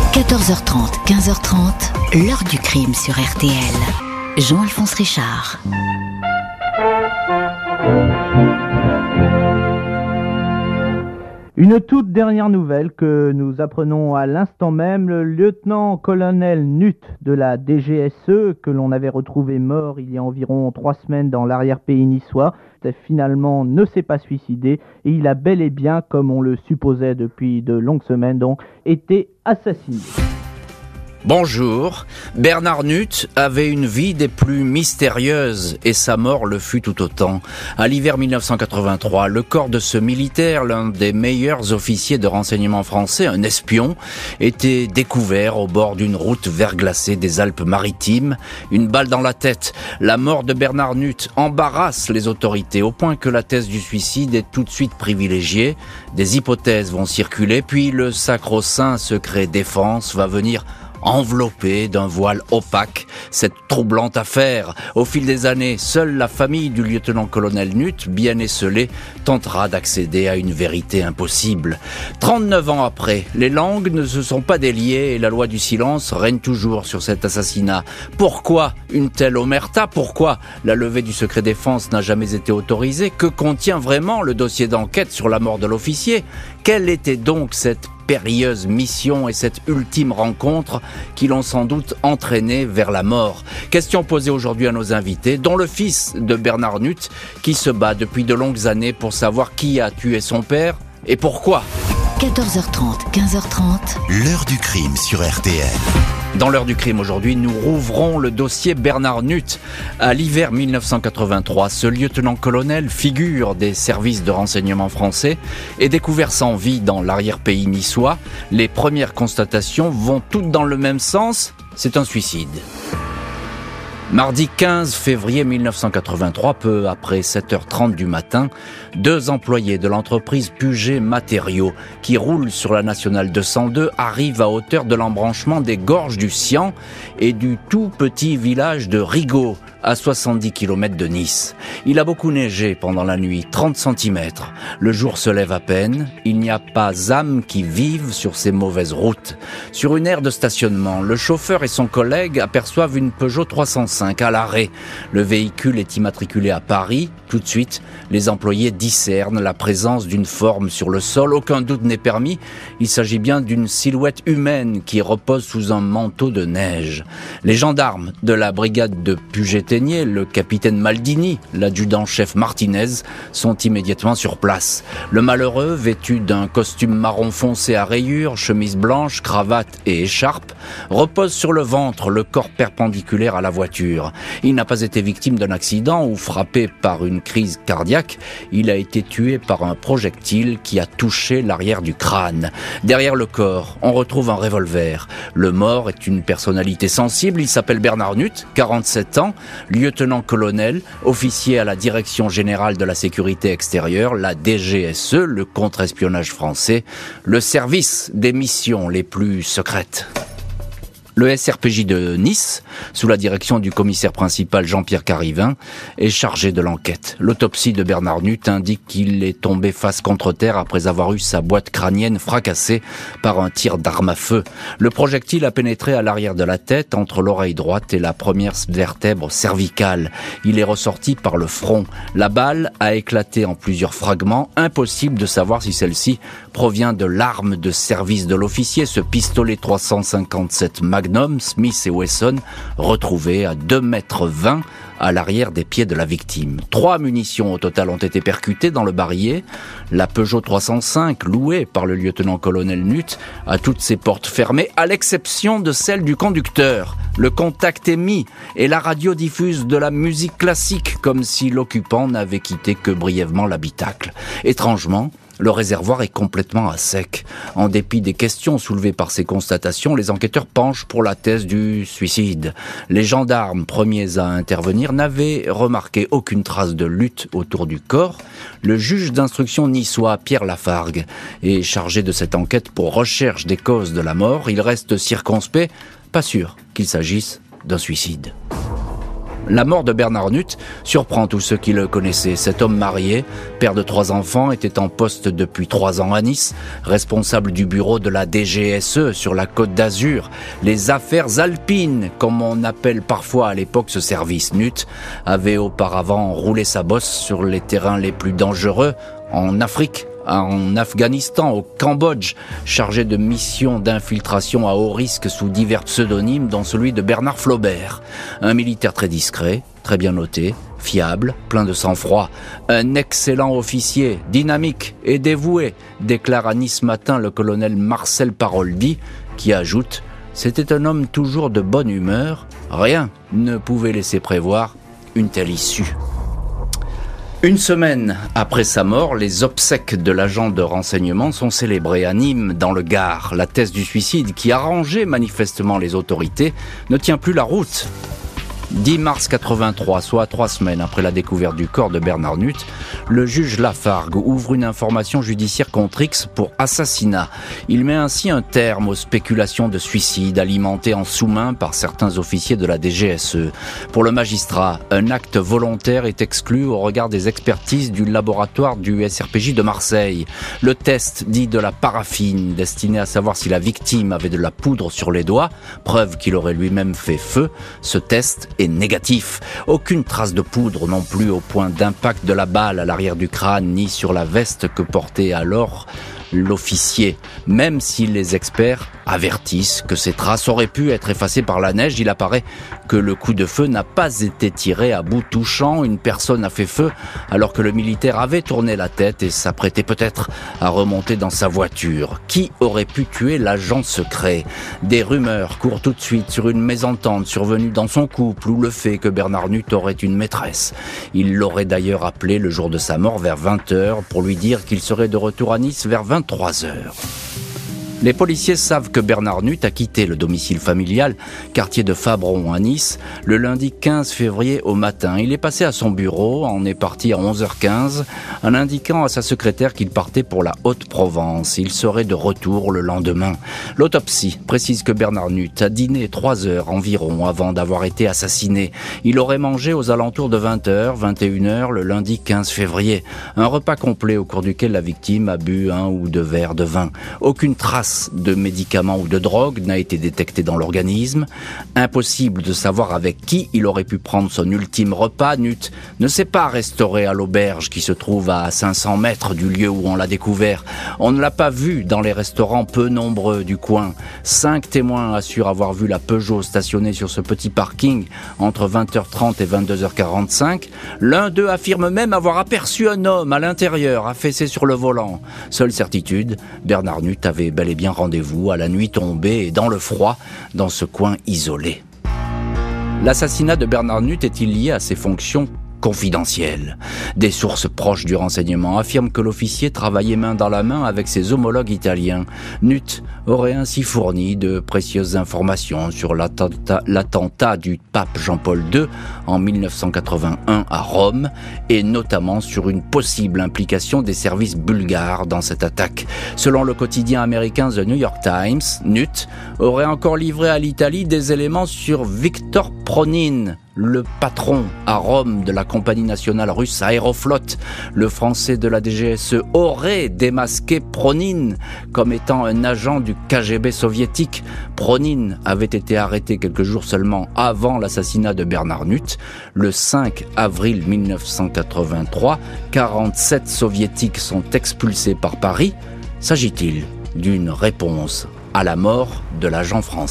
14h30, 15h30, l'heure du crime sur RTL. Jean-Alphonse Richard. Une toute dernière nouvelle que nous apprenons à l'instant même, le lieutenant-colonel Nutt de la DGSE, que l'on avait retrouvé mort il y a environ 3 semaines dans l'arrière-pays niçois, finalement ne s'est pas suicidé et il a bel et bien, comme on le supposait depuis de longues semaines donc, été assassiné. Bonjour, Bernard Nutt avait une vie des plus mystérieuses et sa mort le fut tout autant. À l'hiver 1983, le corps de ce militaire, l'un des meilleurs officiers de renseignement français, un espion, était découvert au bord d'une route verglacée des Alpes-Maritimes. Une balle dans la tête. La mort de Bernard Nutt embarrasse les autorités au point que la thèse du suicide est tout de suite privilégiée. Des hypothèses vont circuler, puis le sacro-saint secret défense va venir enveloppé d'un voile opaque cette troublante affaire. Au fil des années, seule la famille du lieutenant-colonel Nutt, bien esseulée, tentera d'accéder à une vérité impossible. 39 ans après, les langues ne se sont pas déliées et la loi du silence règne toujours sur cet assassinat. Pourquoi une telle omerta ? Pourquoi la levée du secret défense n'a jamais été autorisée ? Que contient vraiment le dossier d'enquête sur la mort de l'officier ? Quelle était donc cette périlleuse mission et cette ultime rencontre qui l'ont sans doute entraîné vers la mort? Question posée aujourd'hui à nos invités, dont le fils de Bernard Nutt, qui se bat depuis de longues années pour savoir qui a tué son père et pourquoi. 14h30, 15h30. L'heure du crime sur RTL. Dans l'heure du crime aujourd'hui, nous rouvrons le dossier Bernard Nutt. À l'hiver 1983, ce lieutenant-colonel, figure des services de renseignement français, est découvert sans vie dans l'arrière-pays niçois. Les premières constatations vont toutes dans le même sens, c'est un suicide. Mardi 15 février 1983, peu après 7h30 du matin, 2 employés de l'entreprise Puget Matériaux, qui roulent sur la nationale 202, arrivent à hauteur de l'embranchement des gorges du Sian et du tout petit village de Rigaud, à 70 km de Nice. Il a beaucoup neigé pendant la nuit, 30 cm. Le jour se lève à peine. Il n'y a pas âme qui vive sur ces mauvaises routes. Sur une aire de stationnement, le chauffeur et son collègue aperçoivent une Peugeot 305 à l'arrêt. Le véhicule est immatriculé à Paris. Tout de suite, les employés discernent la présence d'une forme sur le sol. Aucun doute n'est permis. Il s'agit bien d'une silhouette humaine qui repose sous un manteau de neige. Les gendarmes de la brigade de Puget-Théniers, le capitaine Maldini, l'adjudant-chef Martinez, sont immédiatement sur place. Le malheureux, vêtu d'un costume marron foncé à rayures, chemise blanche, cravate et écharpe, repose sur le ventre, le corps perpendiculaire à la voiture. Il n'a pas été victime d'un accident ou frappé par une crise cardiaque. Il a été tué par un projectile qui a touché l'arrière du crâne. Derrière le corps, on retrouve un revolver. Le mort est une personnalité sensible. Il s'appelle Bernard Nutt, 47 ans, lieutenant-colonel, officier à la Direction Générale de la Sécurité Extérieure, la DGSE, le contre-espionnage français, le service des missions les plus secrètes. Le SRPJ de Nice, sous la direction du commissaire principal Jean-Pierre Carivin, est chargé de l'enquête. L'autopsie de Bernard Nutt indique qu'il est tombé face contre terre après avoir eu sa boîte crânienne fracassée par un tir d'arme à feu. Le projectile a pénétré à l'arrière de la tête, entre l'oreille droite et la première vertèbre cervicale. Il est ressorti par le front. La balle a éclaté en plusieurs fragments. Impossible de savoir si celle-ci provient de l'arme de service de l'officier, ce pistolet 357 Magnum Smith & Wesson, retrouvé à 2,20 m à l'arrière des pieds de la victime. 3 munitions au total ont été percutées dans le barillet. La Peugeot 305, louée par le lieutenant-colonel Nutt, a toutes ses portes fermées, à l'exception de celle du conducteur. Le contact est mis et la radio diffuse de la musique classique, comme si l'occupant n'avait quitté que brièvement l'habitacle. Étrangement, le réservoir est complètement à sec. En dépit des questions soulevées par ces constatations, les enquêteurs penchent pour la thèse du suicide. Les gendarmes, premiers à intervenir, n'avaient remarqué aucune trace de lutte autour du corps. Le juge d'instruction niçois, Pierre Lafargue, est chargé de cette enquête pour recherche des causes de la mort. Il reste circonspect, pas sûr qu'il s'agisse d'un suicide. La mort de Bernard Nuth surprend tous ceux qui le connaissaient. Cet homme marié, père de 3 enfants, était en poste depuis 3 ans à Nice, responsable du bureau de la DGSE sur la Côte d'Azur. Les affaires alpines, comme on appelle parfois à l'époque ce service. Nuth avait auparavant roulé sa bosse sur les terrains les plus dangereux en Afrique, en Afghanistan, au Cambodge, chargé de missions d'infiltration à haut risque sous divers pseudonymes, dont celui de Bernard Flaubert. Un militaire très discret, très bien noté, fiable, plein de sang-froid. Un excellent officier, dynamique et dévoué, déclare à Nice Matin le colonel Marcel Paroldi, qui ajoute « C'était un homme toujours de bonne humeur, rien ne pouvait laisser prévoir une telle issue ». Une semaine après sa mort, les obsèques de l'agent de renseignement sont célébrées à Nîmes, dans le Gard. La thèse du suicide, qui arrangeait manifestement les autorités, ne tient plus la route. 10 mars 83, soit 3 semaines après la découverte du corps de Bernard Nuth, le juge Lafargue ouvre une information judiciaire contre X pour assassinat. Il met ainsi un terme aux spéculations de suicide alimentées en sous-main par certains officiers de la DGSE. Pour le magistrat, un acte volontaire est exclu au regard des expertises du laboratoire du SRPJ de Marseille. Le test dit de la paraffine, destiné à savoir si la victime avait de la poudre sur les doigts, preuve qu'il aurait lui-même fait feu. Ce test est négatif. Aucune trace de poudre non plus au point d'impact de la balle à l'arrière du crâne, ni sur la veste que portait alors l'officier. Même si les experts avertissent que ces traces auraient pu être effacées par la neige, il apparaît que le coup de feu n'a pas été tiré à bout touchant. Une personne a fait feu alors que le militaire avait tourné la tête et s'apprêtait peut-être à remonter dans sa voiture. Qui aurait pu tuer l'agent secret ? Des rumeurs courent tout de suite sur une mésentente survenue dans son couple ou le fait que Bernard Nuth aurait une maîtresse. Il l'aurait d'ailleurs appelé le jour de sa mort vers 20h pour lui dire qu'il serait de retour à Nice vers 23h. Les policiers savent que Bernard Nuth a quitté le domicile familial, quartier de Fabron à Nice, le lundi 15 février au matin. Il est passé à son bureau, en est parti à 11h15, en indiquant à sa secrétaire qu'il partait pour la Haute-Provence. Il serait de retour le lendemain. L'autopsie précise que Bernard Nuth a dîné 3 heures environ avant d'avoir été assassiné. Il aurait mangé aux alentours de 20h, 21h le lundi 15 février. Un repas complet au cours duquel la victime a bu 1 ou 2 verres de vin. Aucune trace de médicaments ou de drogue n'a été détectée dans l'organisme. Impossible de savoir avec qui il aurait pu prendre son ultime repas. Nuth ne s'est pas restauré à l'auberge qui se trouve à 500 mètres du lieu où on l'a découvert. On ne l'a pas vu dans les restaurants peu nombreux du coin. 5 témoins assurent avoir vu la Peugeot stationnée sur ce petit parking entre 20h30 et 22h45. L'un d'eux affirme même avoir aperçu un homme à l'intérieur, affaissé sur le volant. Seule certitude, Bernard Nuth avait bel et bien rendez-vous à la nuit tombée et dans le froid, dans ce coin isolé. L'assassinat de Bernard Nuth est-il lié à ses fonctions confidentielles ? Des sources proches du renseignement affirment que l'officier travaillait main dans la main avec ses homologues italiens. Nuth aurait ainsi fourni de précieuses informations sur l'attentat du pape Jean-Paul II en 1981 à Rome, et notamment sur une possible implication des services bulgares dans cette attaque. Selon le quotidien américain The New York Times, Nuth aurait encore livré à l'Italie des éléments sur Victor Pronin, le patron à Rome de la compagnie nationale russe Aéroflot. Le français de la DGSE aurait démasqué Pronin comme étant un agent du KGB soviétique. Pronin avait été arrêté quelques jours seulement avant l'assassinat de Bernard Nuth. Le 5 avril 1983, 47 soviétiques sont expulsés par Paris. S'agit-il d'une réponse à la mort de l'agent français ?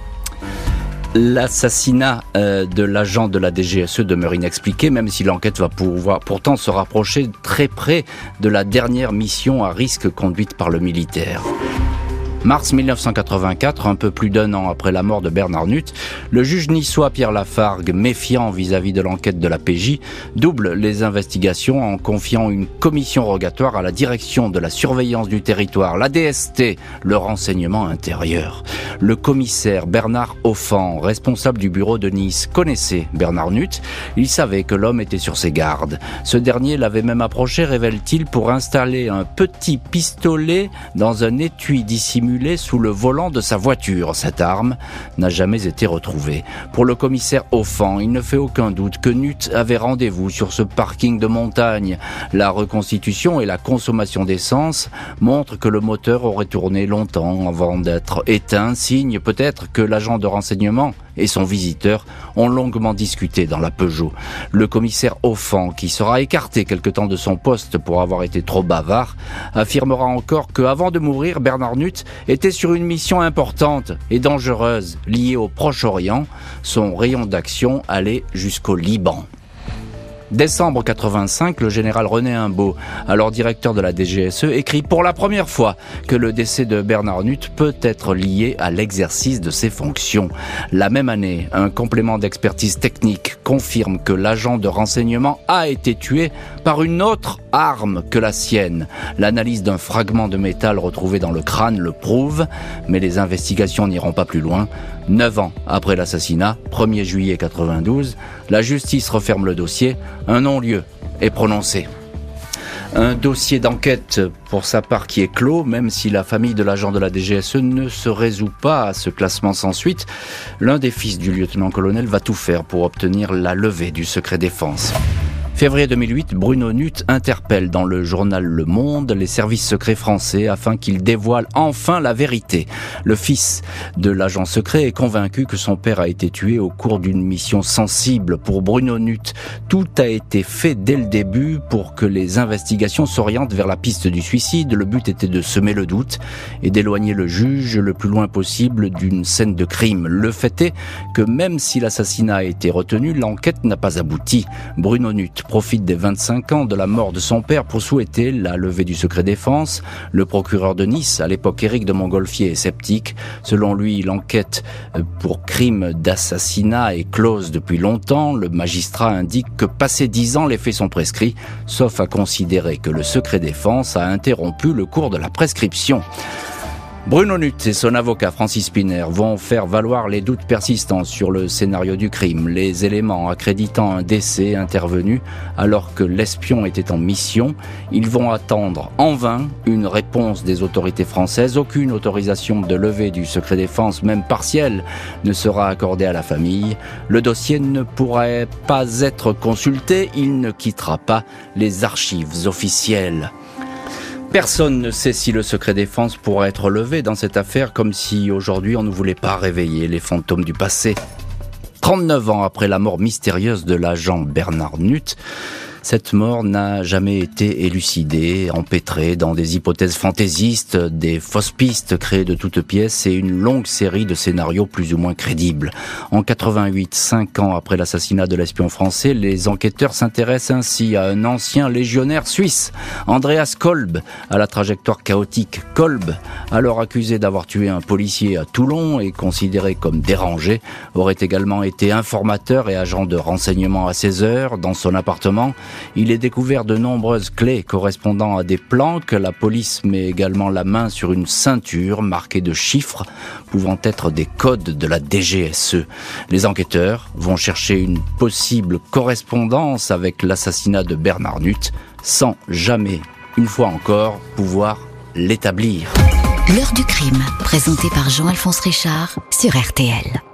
L'assassinat de l'agent de la DGSE demeure inexpliqué, même si l'enquête va pouvoir pourtant se rapprocher très près de la dernière mission à risque conduite par le militaire. Mars 1984, un peu plus d'1 an après la mort de Bernard Nuth, le juge niçois Pierre Lafargue, méfiant vis-à-vis de l'enquête de la PJ, double les investigations en confiant une commission rogatoire à la direction de la surveillance du territoire, la DST, le renseignement intérieur. Le commissaire Bernard Offan, responsable du bureau de Nice, connaissait Bernard Nuth. Il savait que l'homme était sur ses gardes. Ce dernier l'avait même approché, révèle-t-il, pour installer un petit pistolet dans un étui dissimulé dissimulée sous le volant de sa voiture. Cette arme n'a jamais été retrouvée. Pour le commissaire Offan, il ne fait aucun doute que Nuth avait rendez-vous sur ce parking de montagne. La reconstitution et la consommation d'essence montrent que le moteur aurait tourné longtemps avant d'être éteint, signe peut-être que l'agent de renseignement et son visiteur ont longuement discuté dans la Peugeot. Le commissaire Offan, qui sera écarté quelque temps de son poste pour avoir été trop bavard, affirmera encore qu'avant de mourir, Bernard Nuth était sur une mission importante et dangereuse liée au Proche-Orient. Son rayon d'action allait jusqu'au Liban. Décembre 85, le général René Imbaud, alors directeur de la DGSE, écrit pour la première fois que le décès de Bernard Nuth peut être lié à l'exercice de ses fonctions. La même année, un complément d'expertise technique confirme que l'agent de renseignement a été tué par une autre arme que la sienne. L'analyse d'un fragment de métal retrouvé dans le crâne le prouve, mais les investigations n'iront pas plus loin. 9 ans après l'assassinat, 1er juillet 92, la justice referme le dossier. Un non-lieu est prononcé. Un dossier d'enquête pour sa part qui est clos, même si la famille de l'agent de la DGSE ne se résout pas à ce classement sans suite. L'un des fils du lieutenant-colonel va tout faire pour obtenir la levée du secret défense. Février 2008, Bruno Nuth interpelle dans le journal Le Monde les services secrets français afin qu'ils dévoilent enfin la vérité. Le fils de l'agent secret est convaincu que son père a été tué au cours d'une mission sensible. Pour Bruno Nuth, tout a été fait dès le début pour que les investigations s'orientent vers la piste du suicide. Le but était de semer le doute et d'éloigner le juge le plus loin possible d'une scène de crime. Le fait est que même si l'assassinat a été retenu, l'enquête n'a pas abouti. Bruno Nuth profite des 25 ans de la mort de son père pour souhaiter la levée du secret défense. Le procureur de Nice, à l'époque Éric de Montgolfier, est sceptique. Selon lui, l'enquête pour crime d'assassinat est close depuis longtemps. Le magistrat indique que passé 10 ans, les faits sont prescrits, sauf à considérer que le secret défense a interrompu le cours de la prescription. Bruno Nuth et son avocat Francis Spinner vont faire valoir les doutes persistants sur le scénario du crime, les éléments accréditant un décès intervenu alors que l'espion était en mission. Ils vont attendre en vain une réponse des autorités françaises. Aucune autorisation de levée du secret défense, même partielle, ne sera accordée à la famille. Le dossier ne pourrait pas être consulté, il ne quittera pas les archives officielles. Personne ne sait si le secret défense pourra être levé dans cette affaire, comme si aujourd'hui on ne voulait pas réveiller les fantômes du passé. 39 ans après la mort mystérieuse de l'agent Bernard Nuth, cette mort n'a jamais été élucidée, empêtrée dans des hypothèses fantaisistes, des fausses pistes créées de toutes pièces et une longue série de scénarios plus ou moins crédibles. En 88, 5 ans après l'assassinat de l'espion français, les enquêteurs s'intéressent ainsi à un ancien légionnaire suisse, Andreas Kolb, à la trajectoire chaotique. Kolb, alors accusé d'avoir tué un policier à Toulon et considéré comme dérangé, aurait également été informateur et agent de renseignement à 16 heures dans son appartement. Il est découvert de nombreuses clés correspondant à des plans que la police met également la main sur une ceinture marquée de chiffres pouvant être des codes de la DGSE. Les enquêteurs vont chercher une possible correspondance avec l'assassinat de Bernard Nuth sans jamais, une fois encore, pouvoir l'établir. L'heure du crime, présenté par Jean-Alphonse Richard sur RTL.